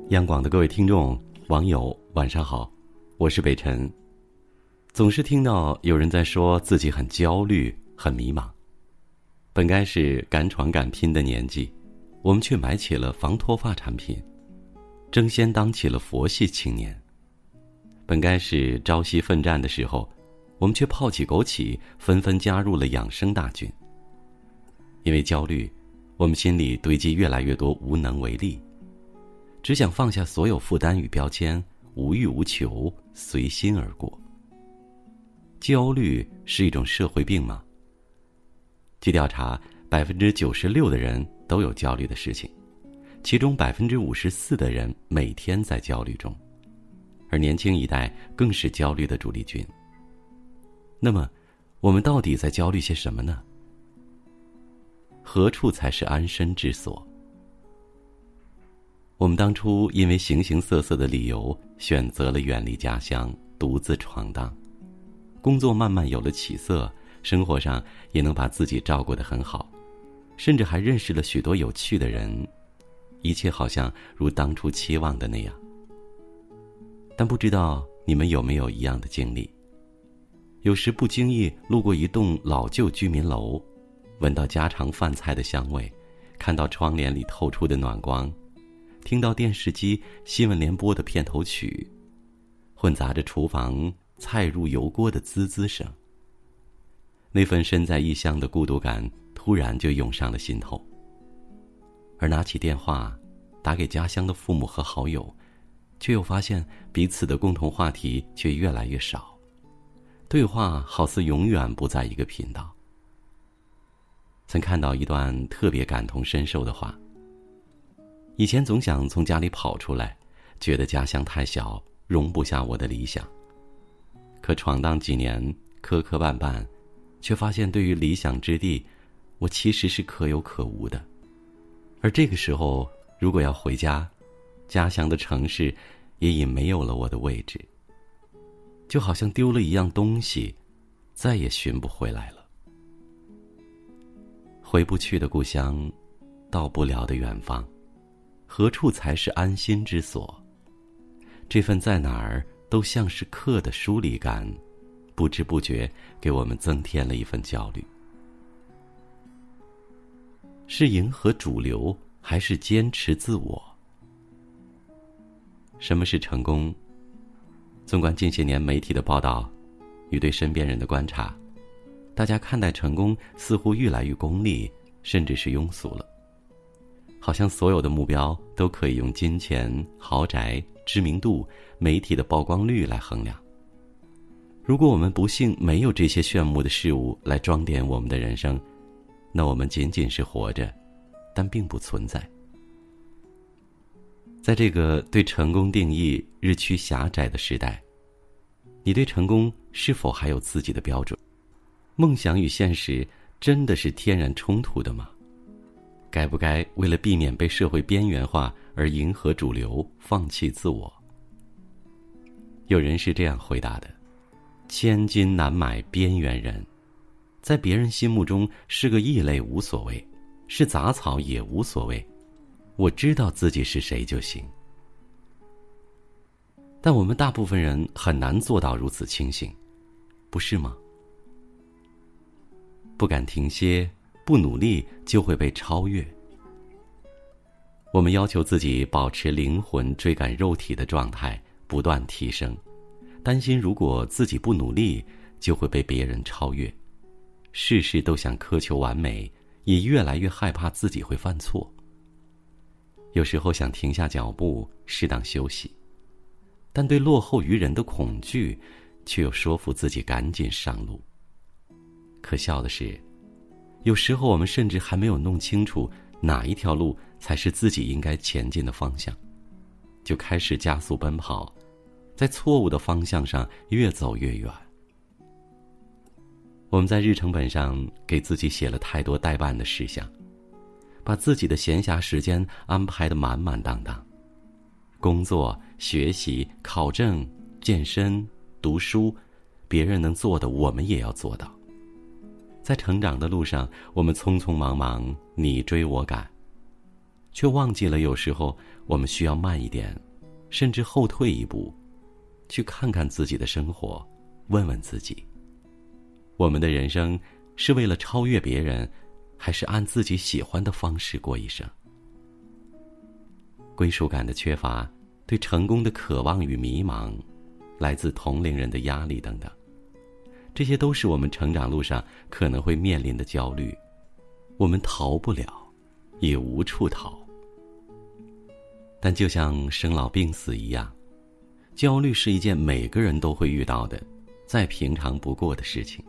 央广的各位听众、网友，晚上好，我是北辰。总是听到有人在说自己很焦虑、很迷茫。本该是敢闯敢拼的年纪，我们却买起了防脱发产品，争先当起了佛系青年。本该是朝夕奋战的时候，我们却抛弃枸杞，纷纷加入了养生大军。因为焦虑，我们心里堆积越来越多无能为力，只想放下所有负担与标签，无欲无求，随心而过。焦虑是一种社会病吗？据调查，96%的人都有焦虑的事情，其中54%的人每天在焦虑中，而年轻一代更是焦虑的主力军。那么，我们到底在焦虑些什么呢？何处才是安身之所？我们当初因为形形色色的理由，选择了远离家乡，独自闯荡。工作慢慢有了起色，生活上也能把自己照顾得很好，甚至还认识了许多有趣的人，一切好像如当初期望的那样。但不知道你们有没有一样的经历？有时不经意路过一栋老旧居民楼，闻到家常饭菜的香味，看到窗帘里透出的暖光，听到电视机新闻联播的片头曲，混杂着厨房菜入油锅的滋滋声。那份身在异乡的孤独感突然就涌上了心头。而拿起电话打给家乡的父母和好友，却又发现彼此的共同话题却越来越少，对话好似永远不在一个频道。曾看到一段特别感同身受的话：以前总想从家里跑出来，觉得家乡太小，容不下我的理想。可闯荡几年，磕磕绊绊，却发现对于理想之地，我其实是可有可无的。而这个时候，如果要回家，家乡的城市也已没有了我的位置，就好像丢了一样东西，再也寻不回来了。回不去的故乡，到不了的远方，何处才是安心之所？这份在哪儿都像是刻的疏离感，不知不觉给我们增添了一份焦虑。是迎合主流，还是坚持自我？什么是成功？纵观近些年媒体的报道与对身边人的观察，大家看待成功似乎越来越功利，甚至是庸俗了。好像所有的目标都可以用金钱、豪宅、知名度、媒体的曝光率来衡量。如果我们不幸没有这些炫目的事物来装点我们的人生，那我们仅仅是活着，但并不存在。在这个对成功定义日趋狭窄的时代，你对成功是否还有自己的标准？梦想与现实真的是天然冲突的吗？该不该为了避免被社会边缘化而迎合主流，放弃自我？有人是这样回答的：千金难买边缘人，在别人心目中是个异类无所谓，是杂草也无所谓，我知道自己是谁就行。但我们大部分人很难做到如此清醒，不是吗？不敢停歇，不努力就会被超越。我们要求自己保持灵魂追赶肉体的状态，不断提升，担心如果自己不努力，就会被别人超越。事事都想苛求完美，也越来越害怕自己会犯错。有时候想停下脚步，适当休息，但对落后于人的恐惧，却又说服自己赶紧上路。可笑的是，有时候我们甚至还没有弄清楚哪一条路才是自己应该前进的方向，就开始加速奔跑，在错误的方向上越走越远。我们在日程本上给自己写了太多待办的事项，把自己的闲暇时间安排得满满当当。工作、学习、考证、健身、读书，别人能做的我们也要做到。在成长的路上，我们匆匆忙忙，你追我赶。 却忘记了有时候我们需要慢一点，甚至后退一步，去看看自己的生活，问问自己，我们的人生是为了超越别人，还是按自己喜欢的方式过一生？归属感的缺乏，对成功的渴望与迷茫，来自同龄人的压力等等，这些都是我们成长路上可能会面临的焦虑，我们逃不了，也无处逃。但就像生老病死一样，焦虑是一件每个人都会遇到的，再平常不过的事情。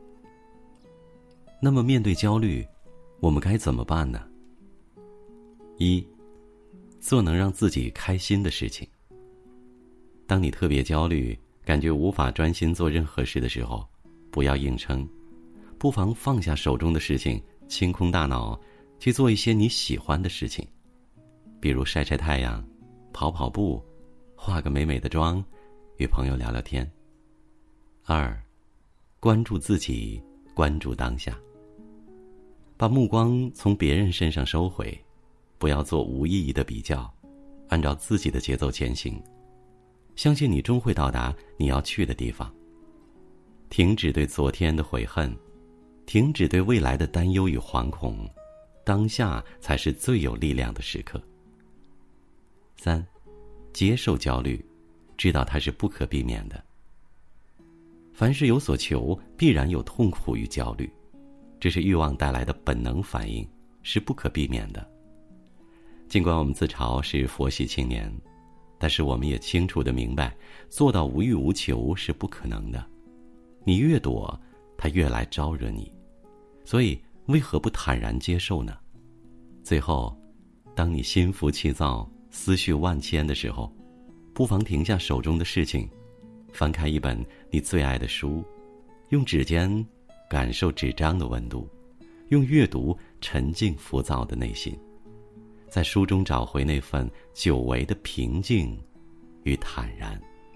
那么面对焦虑，我们该怎么办呢？一，做能让自己开心的事情。当你特别焦虑，感觉无法专心做任何事的时候，不要硬撑，不妨放下手中的事情，清空大脑，去做一些你喜欢的事情，比如晒晒太阳，跑跑步，化个美美的妆，与朋友聊聊天。二，关注自己，关注当下，把目光从别人身上收回，不要做无意义的比较，按照自己的节奏前行，相信你终会到达你要去的地方。停止对昨天的悔恨，停止对未来的担忧与惶恐，当下才是最有力量的时刻。三，接受焦虑，知道它是不可避免的。凡事有所求，必然有痛苦与焦虑，这是欲望带来的本能反应，是不可避免的。尽管我们自嘲是佛系青年，但是我们也清楚地明白，做到无欲无求是不可能的。你越躲，它越来招惹你，所以为何不坦然接受呢？最后，当你心浮气躁，思绪万千的时候，不妨停下手中的事情，翻开一本你最爱的书，用指尖感受纸张的温度，用阅读沉静浮躁的内心，在书中找回那份久违的平静与坦然。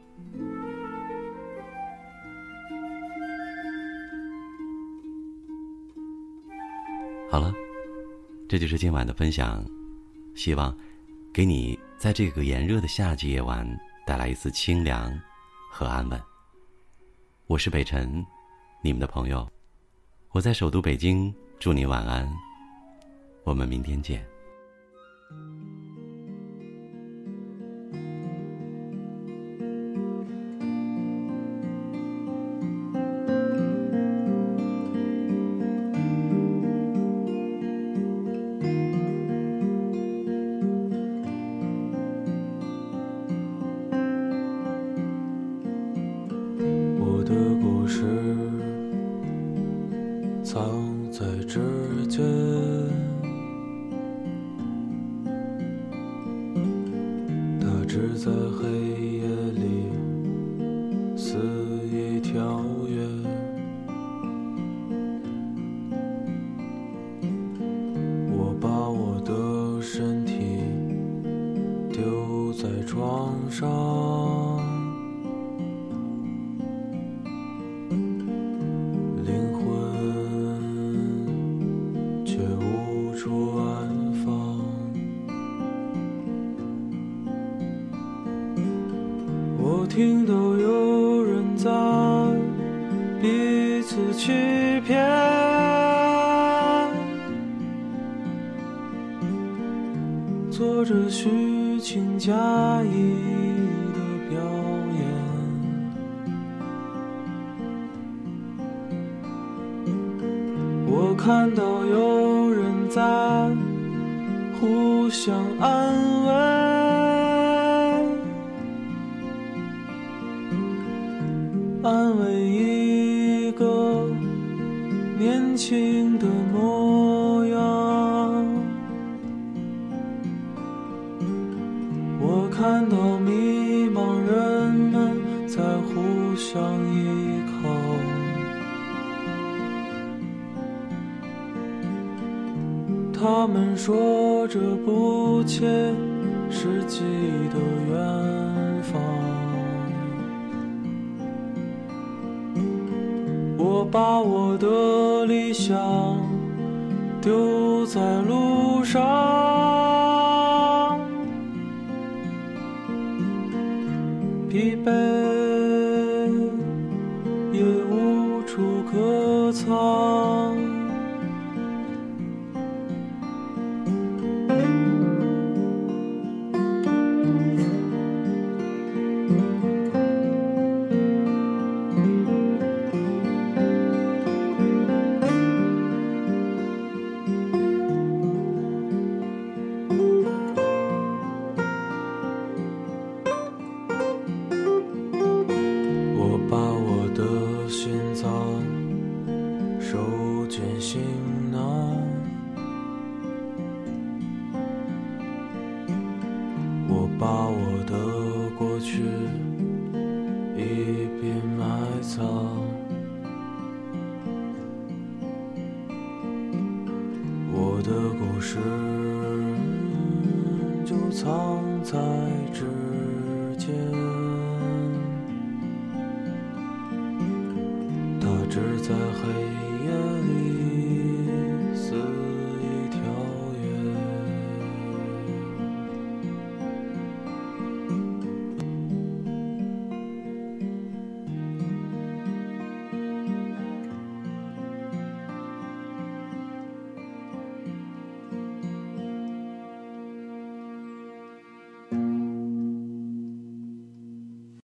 好了，这就是今晚的分享，希望给你在这个炎热的夏季夜晚带来一丝清凉和安稳。我是北辰，你们的朋友，我在首都北京，祝你晚安，我们明天见。 藏在指尖，它只在黑夜里肆意跳跃。我把我的身体丢在床上，我听到有人在彼此欺骗，做着虚情假意的表演。我看到有人在互相安慰，安慰一个年轻的模样。我看到迷茫人们在互相依靠，他们说着不切实际的远方。我把我的理想丢在路上， 行囊，我把我的过去一并埋藏，我的故事就藏在指尖，它只在黑夜